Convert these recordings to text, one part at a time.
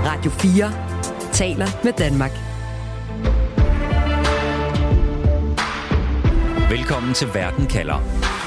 Radio 4 taler med Danmark. Velkommen til Verden kalder.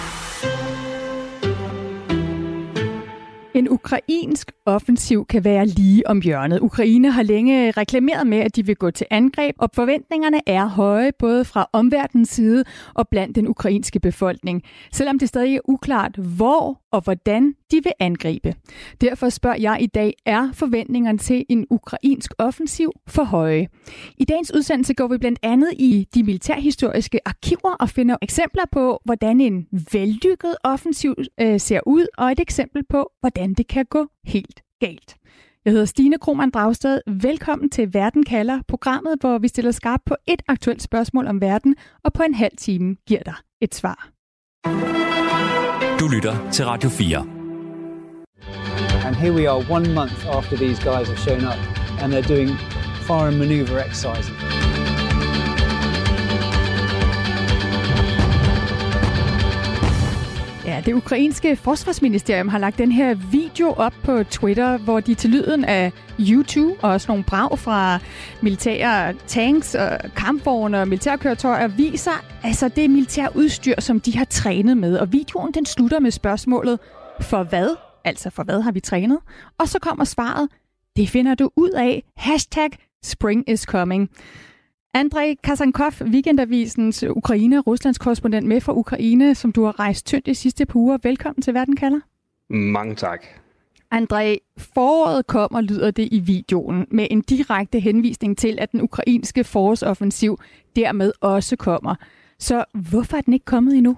En ukrainsk offensiv kan være lige om hjørnet. Ukraine har længe reklameret med, at de vil gå til angreb, og forventningerne er høje både fra omverdenens side og blandt den ukrainske befolkning, selvom det stadig er uklart, hvor og hvordan de vil angribe. Derfor spørger jeg i dag, er forventningerne til en ukrainsk offensiv for høje? I dagens udsendelse går vi blandt andet i de militærhistoriske arkiver og finder eksempler på, hvordan en vellykket offensiv ser ud, og et eksempel på, hvordan det kan gå helt galt. Jeg hedder Stine Krohmann Dragsted. Velkommen til Verden kalder, programmet, hvor vi stiller skarpt på et aktuelt spørgsmål om verden, og på en halv time giver dig et svar. Du lytter til Radio 4. And here we are 1 month after these guys have shown up, and they're doing foreign maneuver exercises. Ja, det ukrainske forsvarsministerium har lagt den her video op på Twitter, hvor de til lyden af YouTube og også nogle brag fra militære tanks og kampvogne og militærkøretøjer viser altså det militærudstyr, som de har trænet med. Og videoen den slutter med spørgsmålet, for hvad? Altså for hvad har vi trænet? Og så kommer svaret, det finder du ud af. #Spring is coming. Andrei Kasankov, Weekendavisens Ukraine-Ruslands korrespondent med fra Ukraine, som du har rejst tyndt de sidste par uger. Velkommen til Verden kalder. Mange tak. Andrei, foråret kommer, lyder det i videoen, med en direkte henvisning til, at den ukrainske forårsoffensiv dermed også kommer. Så hvorfor er den ikke kommet endnu?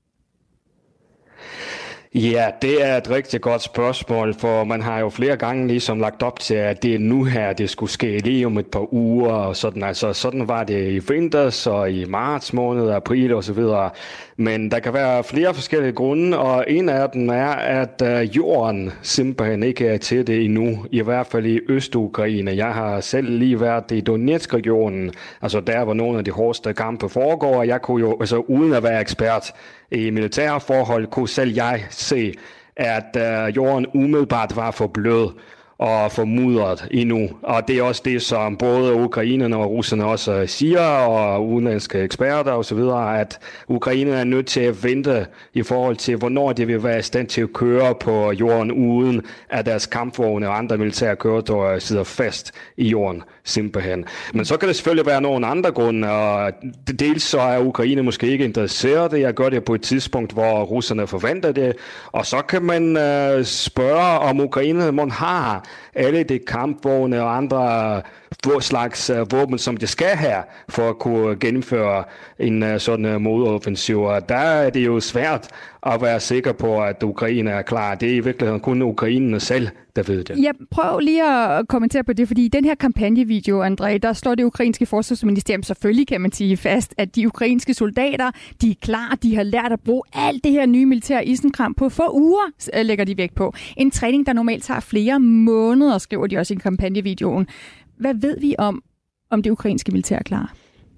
Ja, det er et rigtig godt spørgsmål, for man har jo flere gange ligesom lagt op til, at det er nu her, det skulle ske lige om et par uger og sådan. Altså sådan var det i vinters og i marts måned, april og så videre. Men der kan være flere forskellige grunde, og en af dem er, at jorden simpelthen ikke er til det endnu, i hvert fald i Øst-Ukraine. Jeg har selv lige været i Donetsk-regionen, altså der, hvor nogle af de hårdeste kampe foregår, og jeg kunne jo, altså uden at være ekspert i militære forhold, kunne selv jeg se, at jorden umiddelbart var for blød og formudret endnu. Og det er også det, som både ukrainerne og russerne også siger, og udenlandske eksperter osv., at Ukraine er nødt til at vente i forhold til, hvornår de vil være i stand til at køre på jorden, uden at deres kampvogne og andre militære køretøjer sidder fast i jorden, simpelthen. Men så kan det selvfølgelig være nogle andre grunde, og dels så er Ukraine måske ikke interesseret i at gøre det på et tidspunkt, hvor russerne forventer det, og så kan man spørge, om Ukraine må har alle de kampvogne og andre slags våben, som de skal have for at kunne gennemføre en sådan modoffensiv. Og der er det jo svært at være sikker på, at Ukraine er klar. Det er i virkeligheden kun ukrainerne selv, der ved det. Jeg prøver lige at kommentere på det, fordi i den her kampagnevideo, André, der slår det ukrainske forsvarsministerium selvfølgelig, kan man sige, fast, at de ukrainske soldater, de er klar, de har lært at bruge alt det her nye militære isenkram på få uger, lægger de vægt på. En træning, der normalt tager flere måneder, skriver de også i kampagnevideoen. Hvad ved vi om det ukrainske militær er klar?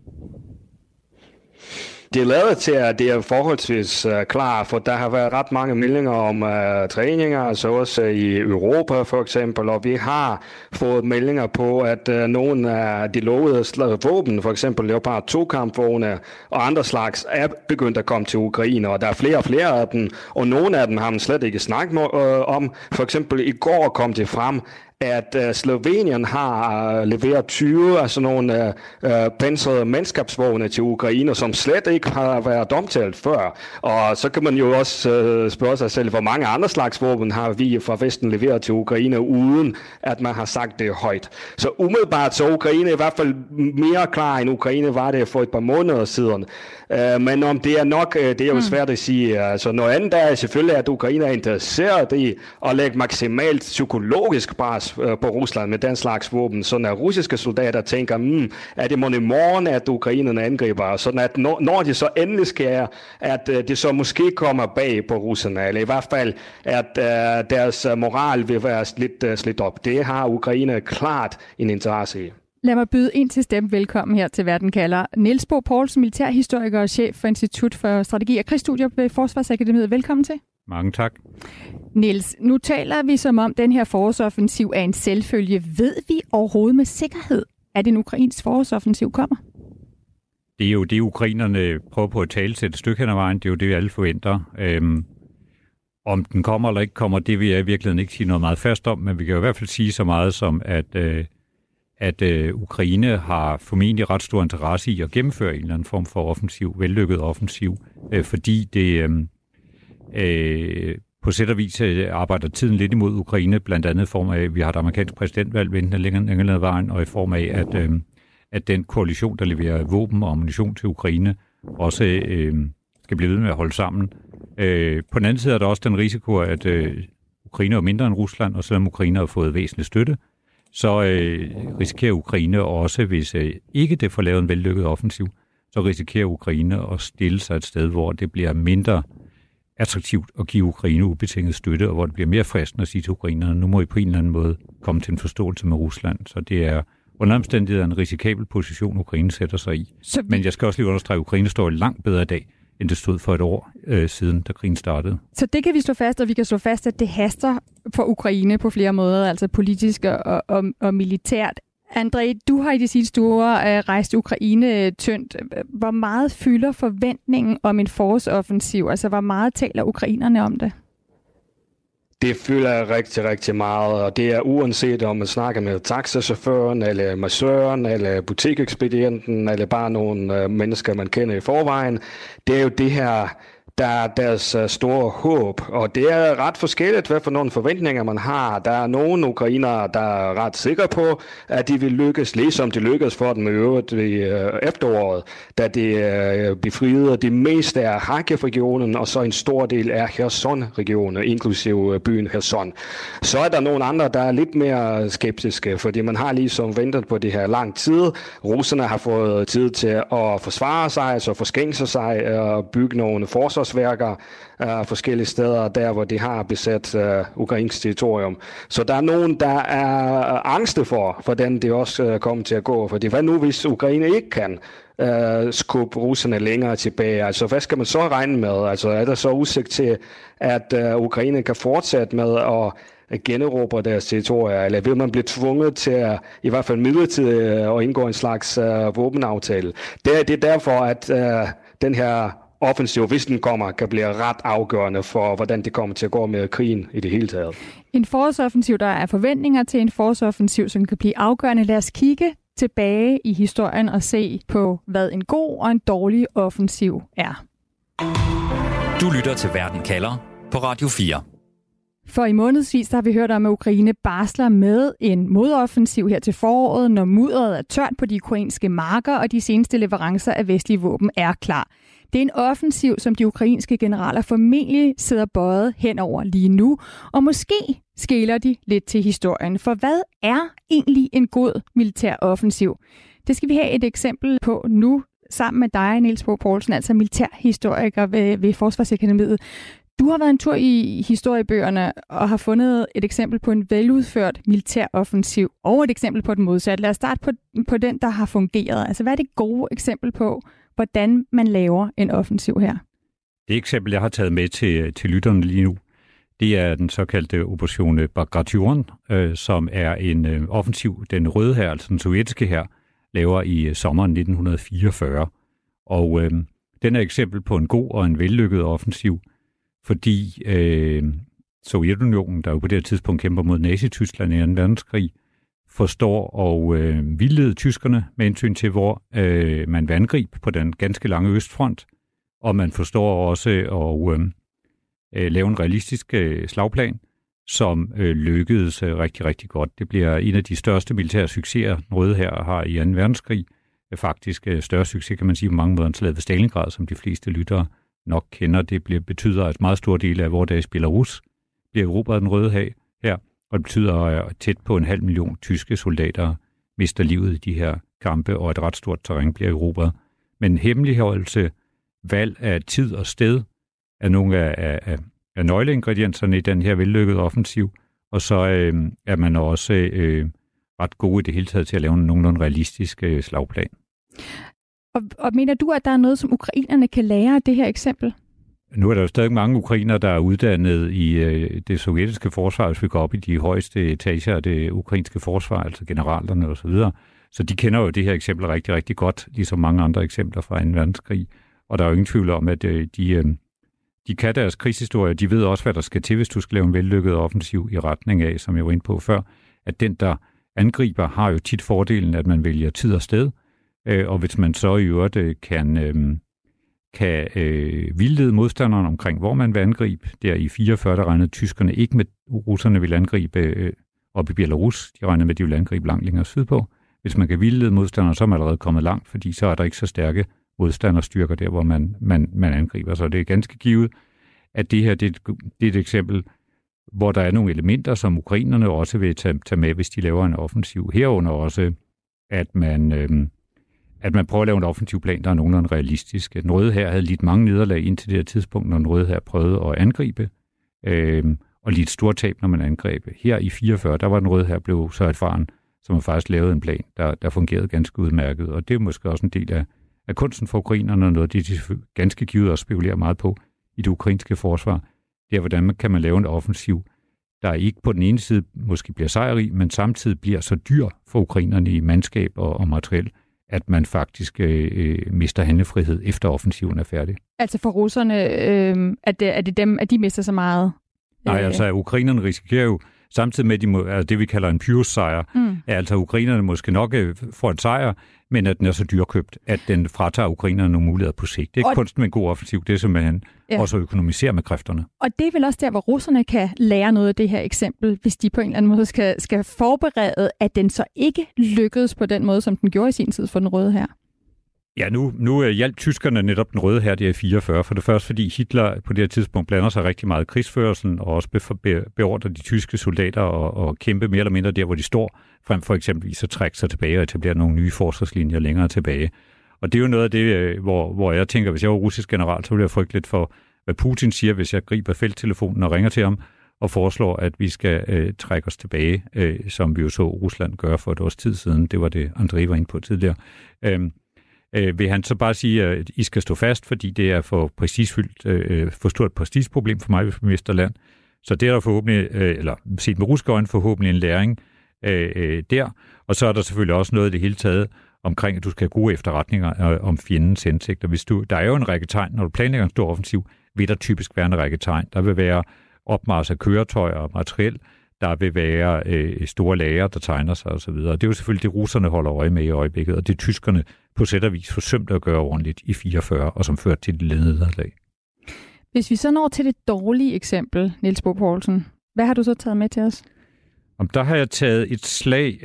Det er lavet til, at det er forholdsvis klar, for der har været ret mange meldinger om træninger, altså også i Europa for eksempel, og vi har fået meldinger på, at nogle af de lovede våben, for eksempel Leopard 2-kampvogne og andre slags, er begyndt at komme til Ukraine, og der er flere og flere af dem, og nogle af dem har man slet ikke snakket om. For eksempel i går kom det frem, at Slovenien har leveret 20 af sådan nogle pansrede mandskabsvogne til Ukraine, som slet ikke har været omtalt før. Og så kan man jo også spørge sig selv, hvor mange andre slags våben har vi fra Vesten leveret til Ukraine, uden at man har sagt det højt. Så umiddelbart så Ukraine i hvert fald mere klar, end Ukraine var det for et par måneder siden. Men om det er nok, det er jo svært at sige. Altså noget andet er selvfølgelig, at Ukraine er interesseret i at lægge maksimalt psykologisk pres på Rusland med den slags våben, sådan at russiske soldater tænker, er det måske i morgen, at ukrainerne angriber, sådan at når de så endelig sker, at det så måske kommer bag på russerne, eller i hvert fald, at deres moral vil være lidt slidt op. Det har Ukraine klart en interesse i. Lad mig byde ind til stemme velkommen her til Verden kalder. Niels Bo Poulsen, militærhistoriker og chef for Institut for Strategi og Krigsstudier ved Forsvarsakademiet. Velkommen til. Mange tak. Niels, nu taler vi som om den her forårsoffensiv er en selvfølge. Ved vi overhovedet med sikkerhed, at en ukrainsk forårsoffensiv kommer? Det er jo det, ukrainerne prøver på at tale til et stykke hen ad vejen. Det er jo det, vi alle forventer. Om den kommer eller ikke kommer, det vil jeg i virkeligheden ikke sige noget meget fast om, men vi kan jo i hvert fald sige så meget som, at Ukraine har formentlig ret stor interesse i at gennemføre en eller anden form for offensiv, vellykket offensiv, fordi det på sæt og vis arbejder tiden lidt imod Ukraine, blandt andet i form af, at vi har et amerikansk præsidentvalg ventende længere vejen, og i form af, at den koalition, der leverer våben og ammunition til Ukraine, også skal blive ved med at holde sammen. På den anden side er der også den risiko, at Ukraine er mindre end Rusland, og selvom Ukraine har fået væsentlig støtte, så risikerer Ukraine også, hvis ikke det får lavet en vellykket offensiv, så risikerer Ukraine at stille sig et sted, hvor det bliver mindre attraktivt at give Ukraine ubetinget støtte, og hvor det bliver mere fristende at sige til ukrainerne, nu må I på en eller anden måde komme til en forståelse med Rusland. Så det er under omstændigheder en risikabel position, Ukraine sætter sig i. Men jeg skal også lige understrege, at Ukraine står i langt bedre i dag, end det stod for et år siden, da krigen startede. Så det kan vi slå fast, og vi kan slå fast, at det haster for Ukraine på flere måder, altså politisk og militært. André, du har i de sidste uger rejst Ukraine tyndt. Hvor meget fylder forventningen om en forårsoffensiv? Altså, hvor meget taler ukrainerne om det? Det fylder rigtig, rigtig meget, og det er uanset om man snakker med taxachaufføren, eller massøren, eller butikekspedienten, eller bare nogle mennesker, man kender i forvejen. Det er jo det her, der er deres store håb, og det er ret forskelligt, hvad for nogle forventninger man har. Der er nogle ukrainere, der er ret sikre på, at de vil lykkes, ligesom de lykkedes for dem i øvrigt ved efteråret, da de befriede det meste af Kharkiv-regionen, og så en stor del af Kherson-regionen, inklusive byen Kherson. Så er der nogle andre, der er lidt mere skeptiske, fordi man har ligesom ventet på det her lang tid. Russerne har fået tid til at forsvare sig, altså forskænke sig og bygge nogle forsvarsværker forskellige steder, der hvor de har besat ukrainsk territorium. Så der er nogen, der er angste for, hvordan det også kommer til at gå. Fordi hvad nu, hvis Ukraine ikke kan skubbe russerne længere tilbage? Altså, hvad skal man så regne med? Altså, er der så udsigt til, at Ukraine kan fortsætte med at generobre deres territorier, eller vil man blive tvunget til at, i hvert fald midlertidigt at indgå en slags våbenaftale? Det er derfor, at den her offensiv, hvis den kommer, kan blive ret afgørende for, hvordan det kommer til at gå med krigen i det hele taget. En forårsoffensiv, der er forventninger til en forårsoffensiv, som kan blive afgørende. Lad os kigge tilbage i historien og se på, hvad en god og en dårlig offensiv er. Du lytter til Verden kalder på Radio 4. For i månedsvis har vi hørt om, at Ukraine barsler med en modoffensiv her til foråret, når mudderet er tørt på de ukrainske marker, og de seneste leverancer af vestlige våben er klar. Det er en offensiv, som de ukrainske generaler formentlig sidder bøjet henover lige nu, og måske skæler de lidt til historien. For hvad er egentlig en god militær offensiv? Det skal vi have et eksempel på nu, sammen med dig, Niels Bo Poulsen, altså militærhistoriker ved Forsvarsakademiet. Du har været en tur i historiebøgerne og har fundet et eksempel på en veludført militær offensiv og et eksempel på den modsatte. Lad os starte på den, der har fungeret. Altså, hvad er det gode eksempel på, hvordan man laver en offensiv her? Det eksempel, jeg har taget med til lytterne lige nu, det er den såkaldte Operation Bagration, som er en offensiv, den røde hær, altså den sovjetiske hær, laver i sommeren 1944. Og den er eksempel på en god og en vellykket offensiv, fordi Sovjetunionen, der jo på det her tidspunkt kæmper mod Nazi-Tyskland i 2. verdenskrig, forstår og vildlede tyskerne med hensyn til, hvor man vil angribe på den ganske lange østfront, og man forstår også at lave en realistisk slagplan, som lykkedes rigtig, rigtig godt. Det bliver en af de største militære succeser, den røde hær har i 2. verdenskrig. Faktisk større succes, kan man sige, på mange måder, end slaget ved Stalingrad, som de fleste lyttere nok kender. Det betyder, at meget stor del af vores dages Belarus bliver erobret af den røde hær, og det betyder, at tæt på 500.000 tyske soldater mister livet i de her kampe, og et ret stort terræn bliver erobret. Men hemmeligholdelse, valg af tid og sted er nogle af nøgleingredienserne i den her vellykkede offensiv, og så er man også ret god i det hele taget til at lave en nogenlunde realistisk slagplan. Og mener du, at der er noget, som ukrainerne kan lære af det her eksempel? Nu er der jo stadig mange ukrainere, der er uddannet i det sovjetiske forsvar, hvis vi går op i de højeste etager af det ukrainske forsvar, altså generalerne og så videre. Så de kender jo det her eksempel rigtig, rigtig godt, ligesom mange andre eksempler fra 2. verdenskrig. Og der er jo ingen tvivl om, at de kan deres krigshistorie. De ved også, hvad der skal til, hvis du skal lave en vellykket offensiv i retning af, som jeg var inde på før, at den, der angriber, har jo tit fordelen, at man vælger tid og sted. Og hvis man så i øvrigt kan vildlede modstanderen omkring, hvor man vil angribe. Der i 44, der regnede tyskerne ikke med, russerne ville angribe op i Belarus. De regnede med, at de ville angribe langt længere sydpå. Hvis man kan vildlede modstanderen, så er man allerede kommet langt, fordi så er der ikke så stærke modstanderstyrker der, hvor man angriber. Så det er ganske givet, at det her det er et eksempel, hvor der er nogle elementer, som ukrainerne også vil tage med, hvis de laver en offensiv. Herunder også, at man prøver at lave en offensiv plan, der er nogenlunde realistisk. Den røde her havde lidt mange nederlag indtil det her tidspunkt, når den røde her prøvede at angribe, og lidt stort tab, når man angreb. Her i 44, der var den røde her blev så erfaren, som har faktisk lavet en plan, der fungerede ganske udmærket. Og det er måske også en del af kunsten for ukrainerne, og noget, de ganske givet også spekulerer meget på i det ukrainske forsvar. Det er, hvordan kan man lave en offensiv, der ikke på den ene side måske bliver sejrig, men samtidig bliver så dyr for ukrainerne i mandskab og materiel, at man faktisk mister handlefrihed efter offensiven er færdig. Altså for russerne, er det dem, at de mister så meget? Nej, altså ukrainerne risikerer jo, samtidig med altså det, vi kalder en pyrrhus-sejr, altså ukrainerne måske nok får en sejr, men at den er så dyrkøbt, at den fratager ukrainerne nogle muligheder på sigt. Det er ikke kunsten med en god offensiv, det er simpelthen også at økonomisere med kræfterne. Og det er vel også der, hvor russerne kan lære noget af det her eksempel, hvis de på en eller anden måde skal forberede, at den så ikke lykkedes på den måde, som den gjorde i sin tid for den røde her. Ja, nu hjalp tyskerne netop den røde her, det er i 44. For det første, fordi Hitler på det her tidspunkt blander sig rigtig meget i krigsførelsen, og også beordrer de tyske soldater at kæmpe mere eller mindre der, hvor de står, frem for eksempelvis at trække sig tilbage og etablere nogle nye forsvarslinjer længere tilbage. Og det er jo noget af det, hvor jeg tænker, hvis jeg var russisk general, så ville jeg frygte lidt for, hvad Putin siger, hvis jeg griber felttelefonen og ringer til ham og foreslår, at vi skal trække os tilbage, som vi jo så Rusland gøre for et års tid siden. Det var det, André var inde på tidligere. Vil han så bare sige, at I skal stå fast, fordi det er for prestigefyldt, for stort prestigeproblem for mig, hvis vi mister land. Så det er der forhåbentlig, eller set med russiske øjne, forhåbentlig en læring der. Og så er der selvfølgelig også noget i det hele taget omkring, at du skal have gode efterretninger om fjendens hensigter. Der er jo en række tegn, når du planlægger en stor offensiv, vil der typisk være en række tegn. Der vil være opmarch af køretøjer og materiel. Der vil være store lager, der tegner sig osv. Det er jo selvfølgelig det, russerne holder øje med i øjeblikket, og det tyskerne på sæt og vis forsømte at gøre ordentligt i 44, og som førte til et nederlag. Hvis vi så når til det dårlige eksempel, Niels Bo Poulsen, hvad har du så taget med til os? Der har jeg taget et slag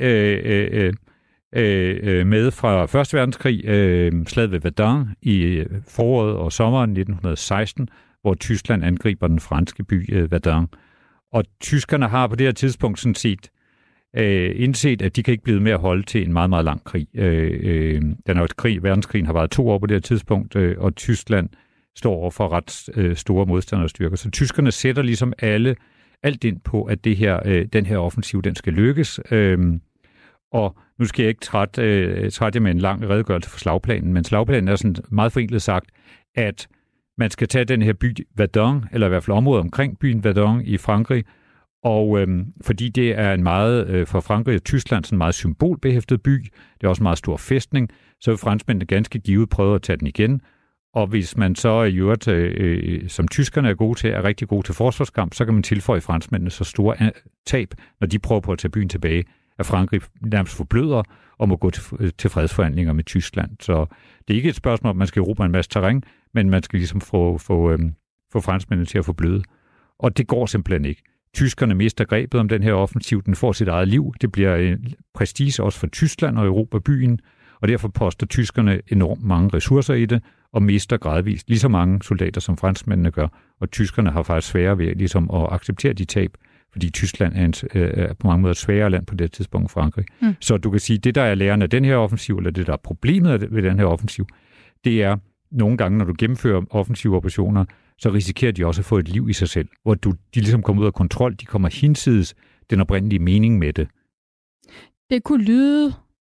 med fra 1. verdenskrig, slaget ved Verdun i foråret og sommeren 1916, hvor Tyskland angriber den franske by Verdun. Og tyskerne har på det her tidspunkt sådan set indset, at de kan ikke blive med at holde til en meget, meget lang krig. Verdenskrigen har varet 2 år på det her tidspunkt, og Tyskland står over for ret store modstanderstyrker. Så tyskerne sætter ligesom alt ind på, at den her offensiv, den skal lykkes. Og nu skal jeg ikke trætte med en lang redegørelse for slagplanen, men slagplanen er sådan meget forenklet sagt, at man skal tage den her by Verdun, eller i hvert fald området omkring byen Verdun i Frankrig, og fordi det er en meget, for Frankrig og Tyskland, sådan en meget symbolbehæftet by, det er også en meget stor fæstning, så vil franskmændene ganske givet prøve at tage den igen. Og hvis man så i øvrigt, som tyskerne er gode til, er rigtig gode til forsvarskamp, så kan man tilføje franskmændene så store tab, når de prøver på at tage byen tilbage, at Frankrig nærmest forbløder og må gå til fredsforhandlinger med Tyskland. Så det er ikke et spørgsmål, om man skal erobre en masse terræn, men man skal ligesom få franskmændene til at forbløde. Og det går simpelthen ikke. Tyskerne mister grebet om den her offensiv, den får sit eget liv. Det bliver en prestige også for Tyskland og Europa byen, og derfor poster tyskerne enormt mange ressourcer i det, og mister gradvist lige så mange soldater, som franskmændene gør. Og tyskerne har faktisk sværere ved ligesom at acceptere de tab, fordi Tyskland er på mange måder et sværere land på det tidspunkt end Frankrig. Så du kan sige, det der er læren af den her offensiv, eller det der er problemet ved den her offensiv, det er nogle gange, når du gennemfører offensive operationer, så risikerer de også at få et liv i sig selv, hvor de ligesom kommer ud af kontrol, de kommer hinsides den oprindelige mening med det. Det kunne lyde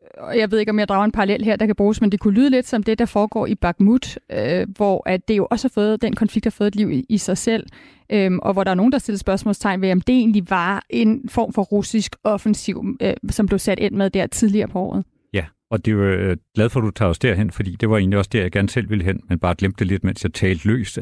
og jeg ved ikke, om jeg drager en parallel her, der kan bruges, men det kunne lyde lidt som det, der foregår i Bakhmut, hvor at det jo også har fået, den konflikt har fået et liv i sig selv, og hvor der er nogen, der stiller spørgsmålstegn ved, om det egentlig var en form for russisk offensiv, som blev sat ind med der tidligere på året. Ja, og det er jo glad for, at du tager os derhen, fordi det var egentlig også der, jeg gerne selv ville hen, men bare glemte det lidt, mens jeg talte løs,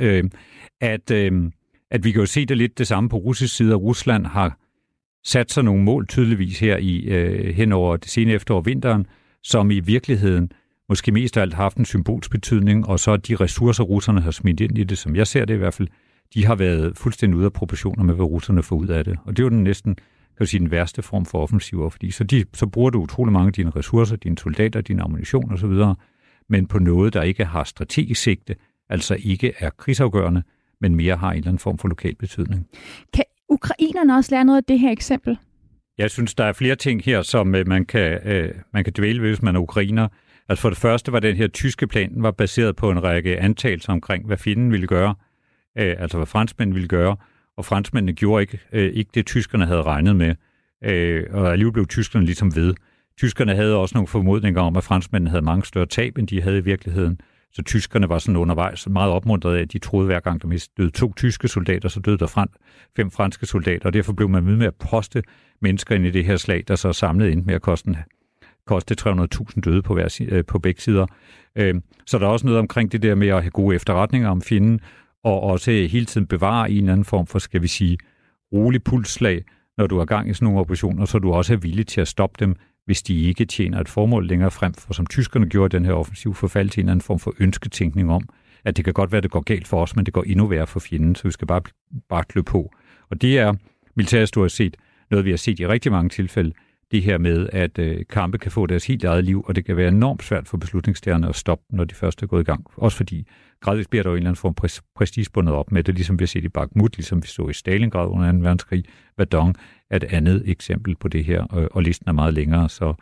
at vi kan jo se det lidt det samme på russisk side, at Rusland har sat sig nogle mål tydeligvis her hen over det sene efterår vinteren, som i virkeligheden måske mest af alt har haft en symbolsk betydning, og så de ressourcer, russerne har smidt ind i det, som jeg ser det i hvert fald, de har været fuldstændig ude af proportioner med, hvad russerne får ud af det. Og det er jo den næsten, kan du sige, den værste form for offensiver, fordi så bruger du utrolig mange af dine ressourcer, dine soldater, din ammunition osv., men på noget, der ikke har strategisk sigte, altså ikke er krigsafgørende, men mere har en eller anden form for lokal betydning. Kan ukrainerne også lære noget af det her eksempel? Jeg synes, der er flere ting her, som man kan dvæle ved, hvis man er ukrainer. Altså for det første var den her tyske plan, den var baseret på en række antagelser omkring, hvad fjenden ville gøre, altså hvad franskmændene ville gøre, og franskmændene gjorde ikke det, tyskerne havde regnet med, og alligevel blev tyskerne ligesom ved. Tyskerne havde også nogle formodninger om, at franskmændene havde mange større tab, end de havde i virkeligheden. Så tyskerne var sådan undervejs meget opmuntret af, at de troede hver gang, der døde 2 tyske soldater, så døde der 5 franske soldater, og derfor blev man ved med at poste mennesker ind i det her slag, der så samlet ind med at koste 300.000 døde på begge sider. Så der er også noget omkring det der med at have gode efterretninger om fjenden, og også hele tiden bevare en eller anden form for, skal vi sige, rolig pulsslag, når du er gang i sådan nogle operationer, så du også er villig til at stoppe dem, hvis de ikke tjener et formål længere frem, for som tyskerne gjorde den her offensiv forfald til en eller anden form for ønsketænkning om, at det kan godt være, at det går galt for os, men det går endnu værre for fjenden, så vi skal bare klø på. Og det er militærhistorisk set noget, vi har set i rigtig mange tilfælde, det her med, at kampe kan få deres helt eget liv, og det kan være enormt svært for beslutningstagerne at stoppe, når de først er gået i gang. Også fordi gradvist bliver der jo en eller anden form prestige bundet op med det, ligesom vi har set i Bakhmut, ligesom vi så i Stalingrad under 2. verdenskrig. Verdun er et andet eksempel på det her, og listen er meget længere. Så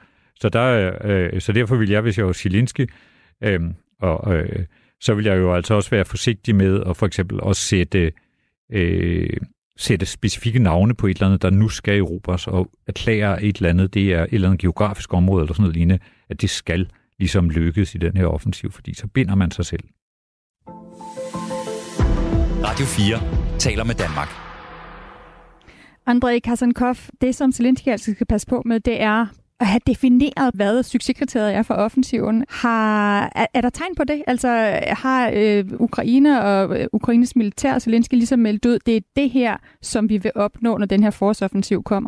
derfor vil jeg, hvis jeg var Zelensky, så vil jeg jo altså også være forsigtig med at for eksempel også sætte specifikke navne på et eller andet, der nu skal erobres, og erklære et eller andet, det er et eller andet geografisk område eller sådan noget lignende, at det skal ligesom lykkes i den her offensiv, fordi så binder man sig selv. Radio 4 taler med Danmark. Andrei Kazankov, det som Zelensky altså skal passe på med, det er at have defineret, hvad succeskriteriet er for offensiven. Er der tegn på det? Altså har Ukraine og Ukraines militær og Zelensky ligesom meldt ud, det er det her, som vi vil opnå, når den her forårsoffensiv kommer?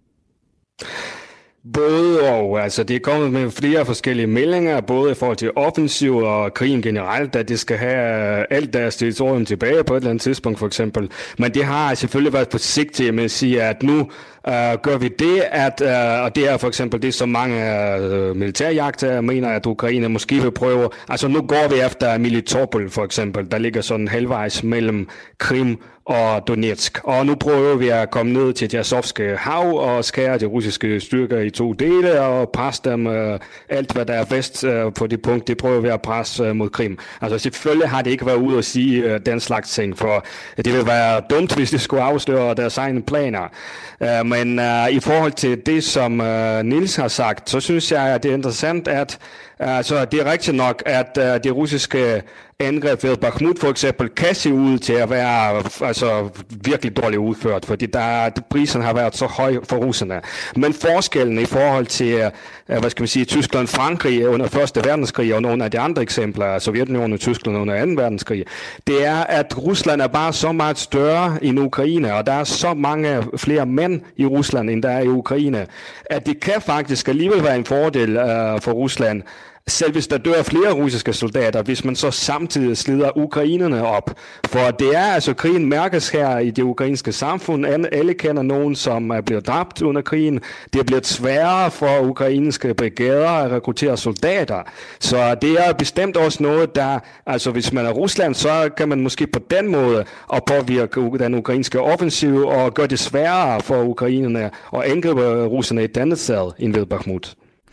Både og, altså det er kommet med flere forskellige meldinger, både i forhold til offensiv og krigen generelt, at det skal have alt deres territorium tilbage på et eller andet tidspunkt for eksempel. Men det har selvfølgelig været forsigtige med at sige, at nu gør vi det, og det er for eksempel det, som mange militærjagter mener, at Ukraine måske vil prøve. Altså nu går vi efter Melitopol for eksempel, der ligger sådan halvvejs mellem Krim og Donetsk. Og nu prøver vi at komme ned til det Azovske hav og skære de russiske styrker i 2 dele og presse dem alt, hvad der er vest på det punkt, det prøver vi at presse mod Krim. Altså selvfølgelig har det ikke været ude at sige den slags ting, for det vil være dumt, hvis de skulle afsløre deres egne planer. Men i forhold til det, som Niels har sagt, så synes jeg, at det er interessant, at altså, det er rigtigt nok, at det russiske angreb ved Bakhmut for eksempel kan se ud til at være altså, virkelig dårligt udført, fordi prisen har været så høj for russerne. Men forskellen i forhold til, hvad skal man sige, Tyskland, Frankrig under 1. verdenskrig og nogle af de andre eksempler, Sovjetunionen og Tyskland under 2. verdenskrig, det er, at Rusland er bare så meget større end Ukraine, og der er så mange flere mænd i Rusland, end der er i Ukraine, at det kan faktisk alligevel være en fordel for Rusland, selv hvis der dør flere russiske soldater, hvis man så samtidig slider ukrainerne op. For det er altså, krigen mærkes her i det ukrainske samfund. Alle kender nogen, som er blevet dræbt under krigen. Det er blevet sværere for ukrainske brigader at rekruttere soldater. Så det er bestemt også noget, der, altså hvis man er Rusland, så kan man måske på den måde at påvirke den ukrainske offensiv og gøre det sværere for ukrainerne at angribe russerne et andet sted end ved Bakhmut.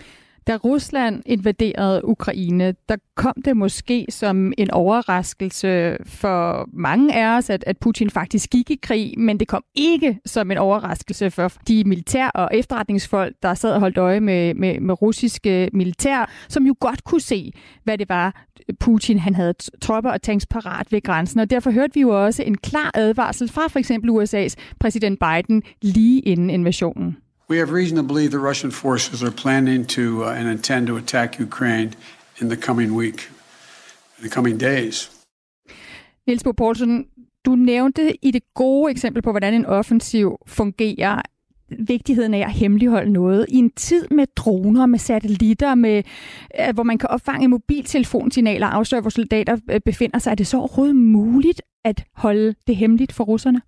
Da Rusland invaderede Ukraine, der kom det måske som en overraskelse for mange af os, at Putin faktisk gik i krig, men det kom ikke som en overraskelse for de militær- og efterretningsfolk, der sad og holdt øje med russiske militær, som jo godt kunne se, hvad det var, Putin han havde tropper og tanks parat ved grænsen. Og derfor hørte vi jo også en klar advarsel fra for eksempel USA's præsident Biden lige inden invasionen. We have reason to believe the Russian forces are planning to and intend to attack Ukraine in the coming week, in the coming days. Niels Bo Poulsen, du nævnte i det gode eksempel på, hvordan en offensiv fungerer, vigtigheden af at hemmeligholde noget. I en tid med droner, med satellitter, hvor man kan opfange mobiltelefonsignaler og afsløre, hvor soldater befinder sig, er det så overhovedet muligt at holde det hemmeligt for russerne?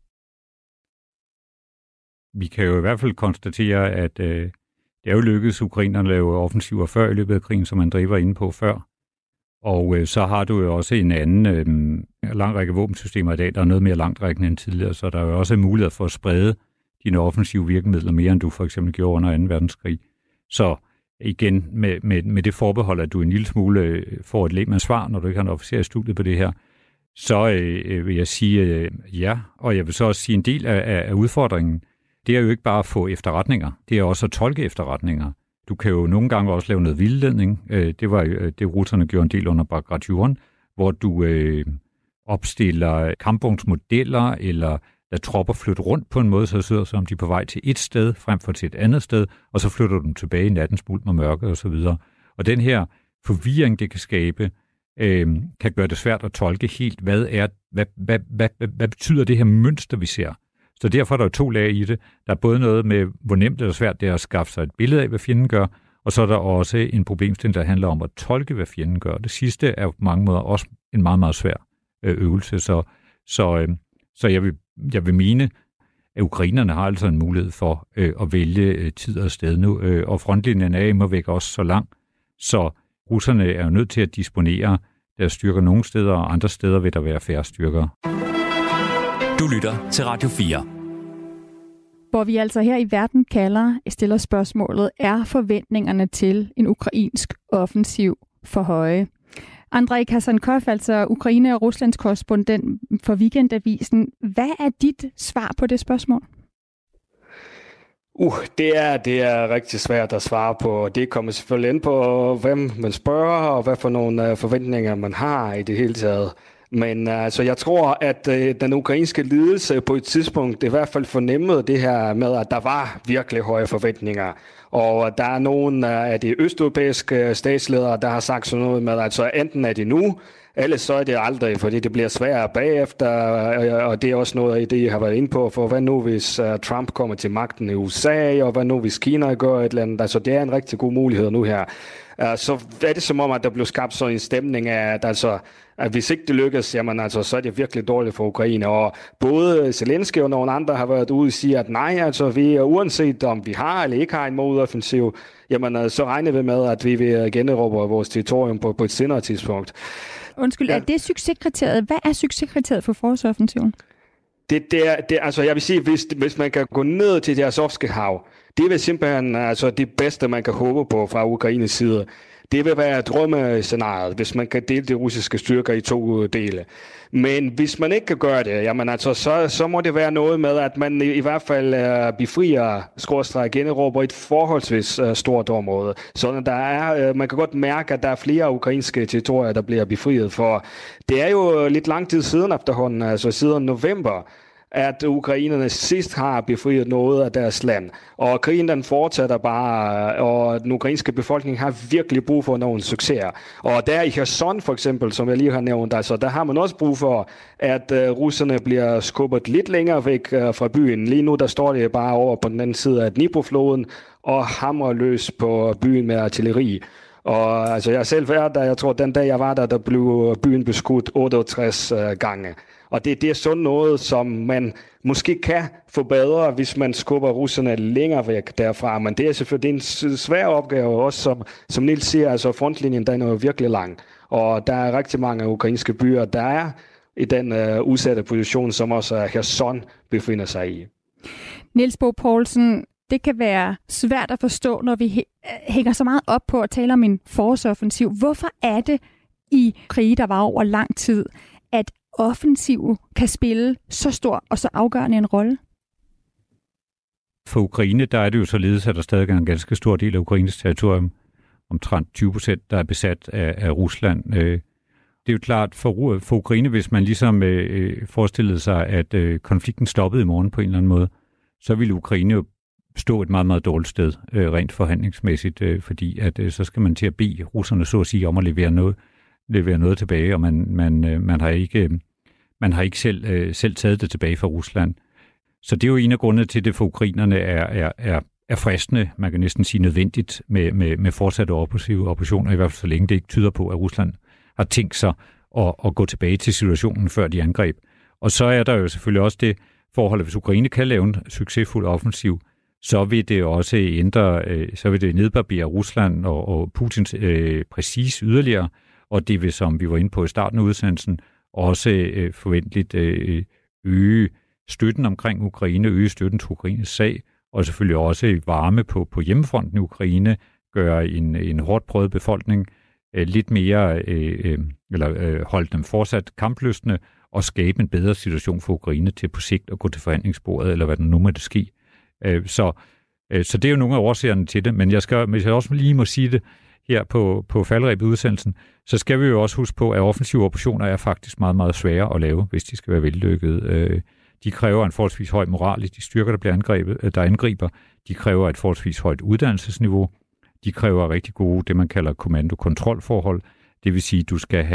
Vi kan jo i hvert fald konstatere, at det er jo lykkedes ukrainerne at lave offensiver før i løbet af krigen, som André var inde på før. Og så har du jo også en anden lang række våbensystemer i dag, der er noget mere langtrækkende end tidligere, så der er jo også mulighed for at sprede dine offensive virkemidler mere, end du for eksempel gjorde under 2. verdenskrig. Så igen, med det forbehold, at du en lille smule får et lægmandssvar, når du ikke har en officer i studiet på det her, så vil jeg sige ja, og jeg vil så også sige en del af udfordringen. Det er jo ikke bare at få efterretninger, det er også at tolke efterretninger. Du kan jo nogle gange også lave noget vildledning. Det var jo det, russerne gjorde en del under Bagration, hvor du opstiller kampvognsmodeller, eller lader tropper flytte rundt på en måde, så det ser som de er på vej til et sted, frem for til et andet sted, og så flytter du dem tilbage i nattens mulm og mørke osv. Og den her forvirring, det kan skabe, kan gøre det svært at tolke helt, hvad betyder det her mønster, vi ser. Så derfor er der jo 2 lag i det. Der er både noget med, hvor nemt eller svært det er at skaffe sig et billede af, hvad fjenden gør, og så er der også en problemstilling, der handler om at tolke, hvad fjenden gør. Det sidste er på mange måder også en meget, meget svær øvelse. Så jeg vil mene, at ukrainerne har altså en mulighed for at vælge tid og sted nu, og frontlinjen er immer væk også så lang, så russerne er jo nødt til at disponere deres styrker nogle steder, og andre steder vil der være færre styrker. Du lytter til Radio 4. Hvor vi altså her i Verden kalder, stiller spørgsmålet, er forventningerne til en ukrainsk offensiv for høje? Andrei Kasankov, altså Ukraine og Ruslands korrespondent for Weekendavisen. Hvad er dit svar på det spørgsmål? Det er rigtig svært at svare på. Det kommer selvfølgelig ind på, hvem man spørger, og hvad for nogle forventninger man har i det hele taget. Men altså, jeg tror, at den ukrainske ledelse på et tidspunkt i hvert fald fornemmede det her med, at der var virkelig høje forventninger. Og der er nogle af de østeuropæiske statsledere, der har sagt sådan noget med, at altså, enten er det nu, ellers så er det aldrig, fordi det bliver sværere bagefter. Og det er også noget af det, jeg har været inde på. For hvad nu, hvis Trump kommer til magten i USA, og hvad nu, hvis Kina gør et eller andet. Altså, det er en rigtig god mulighed nu her. Så er det som om, at der blev skabt sådan en stemning af, at hvis ikke det lykkes, jamen altså, så er det virkelig dårligt for Ukraine. Og både Zelensky og nogle andre har været ude og sige, at nej, altså vi er uanset om vi har eller ikke har en modoffensiv, jamen så regner vi med, at vi vil generobre vores territorium på et senere tidspunkt. Undskyld, er det succeskriteriet? Hvad er succeskriteriet for forårsoffensiven? Altså jeg vil sige, hvis man kan gå ned til det Azovske hav, det vil simpelthen altså det bedste, man kan håbe på fra Ukraines side. Det vil være drømmescenariet, hvis man kan dele de russiske styrker i 2 dele. Men hvis man ikke kan gøre det, jamen altså, så må det være noget med, at man i hvert fald befrier, generober et forholdsvis stort område. Så man kan godt mærke, at der er flere ukrainske territorier, der bliver befriet. For det er jo lidt lang tid siden efterhånden, altså siden november, at ukrainerne sidst har befriet noget af deres land. Og krigen den fortsætter bare, og den ukrainske befolkning har virkelig brug for nogle succeser. Og der i Kherson for eksempel, som jeg lige har nævnt, altså, der har man også brug for, at russerne bliver skubbet lidt længere væk fra byen. Lige nu der står det bare over på den anden side af Dnipro-floden og hamrer løs på byen med artilleri. Og altså, jeg selv været der, jeg tror den dag jeg var der blev byen beskudt 68 gange. Og det er sådan noget, som man måske kan forbedre, hvis man skubber russerne længere væk derfra. Men det er selvfølgelig en svær opgave, også som Niels siger, altså frontlinjen den er jo virkelig lang. Og der er rigtig mange ukrainske byer, der er i den udsatte position, som også Kherson befinder sig i. Niels Bo Poulsen, det kan være svært at forstå, når vi hænger så meget op på at tale om en forårsoffensiv. Hvorfor er det i krige, der var over lang tid, at offensiv kan spille så stor og så afgørende en rolle? For Ukraine, der er det jo således, at der stadig er en ganske stor del af Ukraines territorium, omtrent 20%, der er besat af Rusland. Det er jo klart for Ukraine, hvis man ligesom forestillede sig, at konflikten stoppede i morgen på en eller anden måde, så ville Ukraine jo stå et meget, meget dårligt sted, rent forhandlingsmæssigt, fordi at så skal man til at bede russerne så at sige om at levere noget tilbage, og man har ikke selv taget det tilbage fra Rusland. Så det er jo en af grundene til, at det for ukrainerne er fristende, man kan næsten sige nødvendigt, med fortsatte offensive operationer, i hvert fald så længe det ikke tyder på, at Rusland har tænkt sig at gå tilbage til situationen før de angreb. Og så er der jo selvfølgelig også det forhold, at hvis Ukraine kan lave en succesfuld offensiv, så vil det også så vil det nedbarbere Rusland og Putins præcis yderligere, og det vil, som vi var inde på i starten af udsendelsen, også forventeligt øge støtten omkring Ukraine, øge støtten til Ukraines sag, og selvfølgelig også varme på hjemmefronten i Ukraine, gøre en hårdt prøvet befolkning lidt mere, holde dem fortsat kamplystne, og skabe en bedre situation for Ukraine til på sigt at gå til forhandlingsbordet, eller hvad der nu måtte ske. Så det er jo nogle af årsagerne til det, men hvis jeg også lige må sige det her på faldrebet udsendelsen, så skal vi jo også huske på, at offensive operationer er faktisk meget, meget svære at lave, hvis de skal være vellykkede. De kræver en forholdsvis høj moral i de styrker, der angriber. De kræver et forholdsvis højt uddannelsesniveau. De kræver rigtig gode, det man kalder kommando-kontrolforhold. Det vil sige, at du skal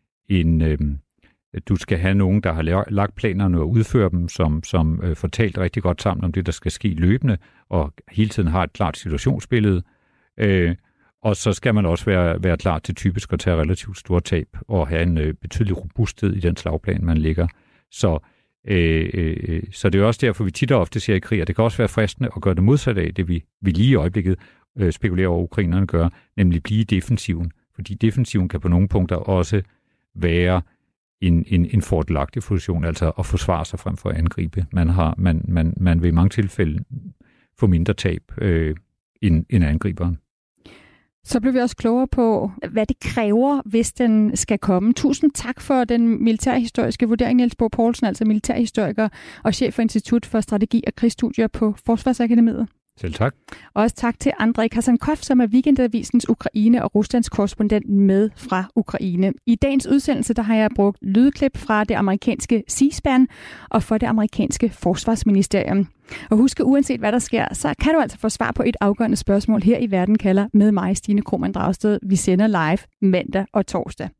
have nogen, der har lagt planerne og udfører dem, som fortalt rigtig godt sammen om det, der skal ske løbende, og hele tiden har et klart situationsbillede. Og så skal man også være klar til typisk at tage relativt store tab, og have en betydelig robusthed i den slagplan, man lægger. Så det er også derfor, vi tit og ofte ser i krig, og det kan også være fristende at gøre det modsatte af det, vi lige i øjeblikket spekulerer over, ukrainerne gør, nemlig blive defensiven. Fordi defensiven kan på nogle punkter også være en fordelagtig position, altså at forsvare sig frem for at angribe. Man vil i mange tilfælde få mindre tab end angriberen. Så blev vi også klogere på, hvad det kræver, hvis den skal komme. Tusind tak for den militærhistoriske vurdering, Niels Bo Poulsen, altså militærhistoriker og chef for Institut for Strategi og Krigsstudier på Forsvarsakademiet. Selv tak. Og også tak til Andrej Kasankov, som er Weekendavisens Ukraine- og Ruslands korrespondent med fra Ukraine. I dagens udsendelse der har jeg brugt lydklip fra det amerikanske C-SPAN og for det amerikanske forsvarsministerium. Og husk, uanset hvad der sker, så kan du altså få svar på et afgørende spørgsmål her i Verden kalder med mig, Stine Krohmann Dragsted. Vi sender live mandag og torsdag.